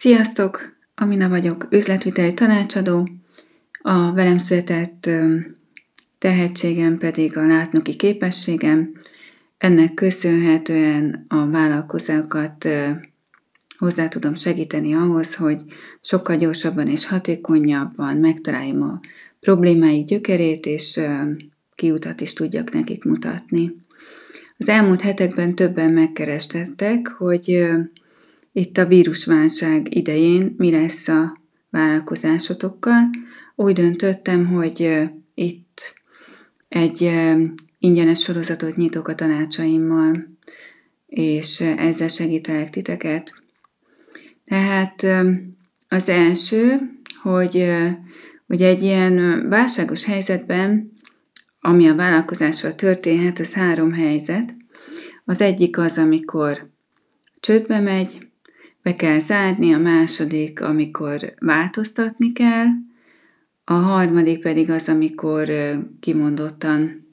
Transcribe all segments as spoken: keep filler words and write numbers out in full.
Sziasztok! Amina vagyok, üzletviteli tanácsadó, a velem született ö, tehetségem pedig a látnoki képességem. Ennek köszönhetően a vállalkozókat ö, hozzá tudom segíteni ahhoz, hogy sokkal gyorsabban és hatékonyabban megtaláljam a problémáik gyökerét, és ö, kiutat is tudjak nekik mutatni. Az elmúlt hetekben többen megkerestettek, hogy ö, itt a vírusválság idején mi lesz a vállalkozásotokkal. Úgy döntöttem, hogy itt egy ingyenes sorozatot nyitok a tanácsaimmal, és ezzel segítelek titeket. Tehát az első, hogy ugye egy ilyen válságos helyzetben, ami a vállalkozással történhet, az három helyzet. Az egyik az, amikor csődbe megy, be kell zárni, a második, amikor változtatni kell, a harmadik pedig az, amikor kimondottan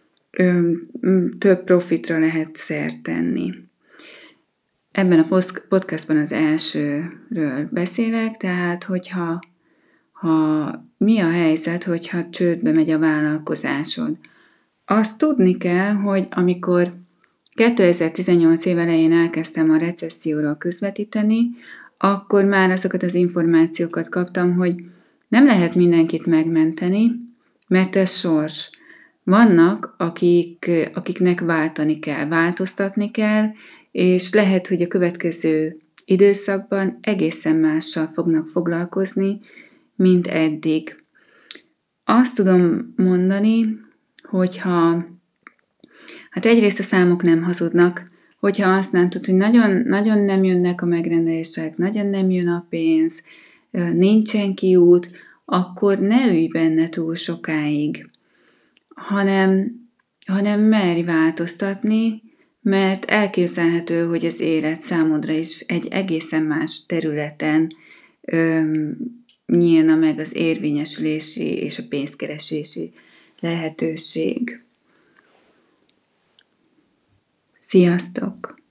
több profitra lehet szert tenni. Ebben a podcastban az elsőről beszélek, tehát hogyha ha mi a helyzet, hogyha csődbe megy a vállalkozásod. Azt tudni kell, hogy amikor kétezer-tizennyolc év elején elkezdtem a recesszióról közvetíteni, akkor már azokat az információkat kaptam, hogy nem lehet mindenkit megmenteni, mert ez sors. Vannak, akik, akiknek váltani kell, változtatni kell, és lehet, hogy a következő időszakban egészen mással fognak foglalkozni, mint eddig. Azt tudom mondani, hogyha Hát egyrészt a számok nem hazudnak, hogyha azt látod, hogy nagyon, nagyon nem jönnek a megrendelések, nagyon nem jön a pénz, nincsen kiút, akkor ne ülj benne túl sokáig, hanem, hanem merj változtatni, mert elképzelhető, hogy az élet számodra is egy egészen más területen öm, nyílna meg az érvényesülési és a pénzkeresési lehetőség. Sziasztok!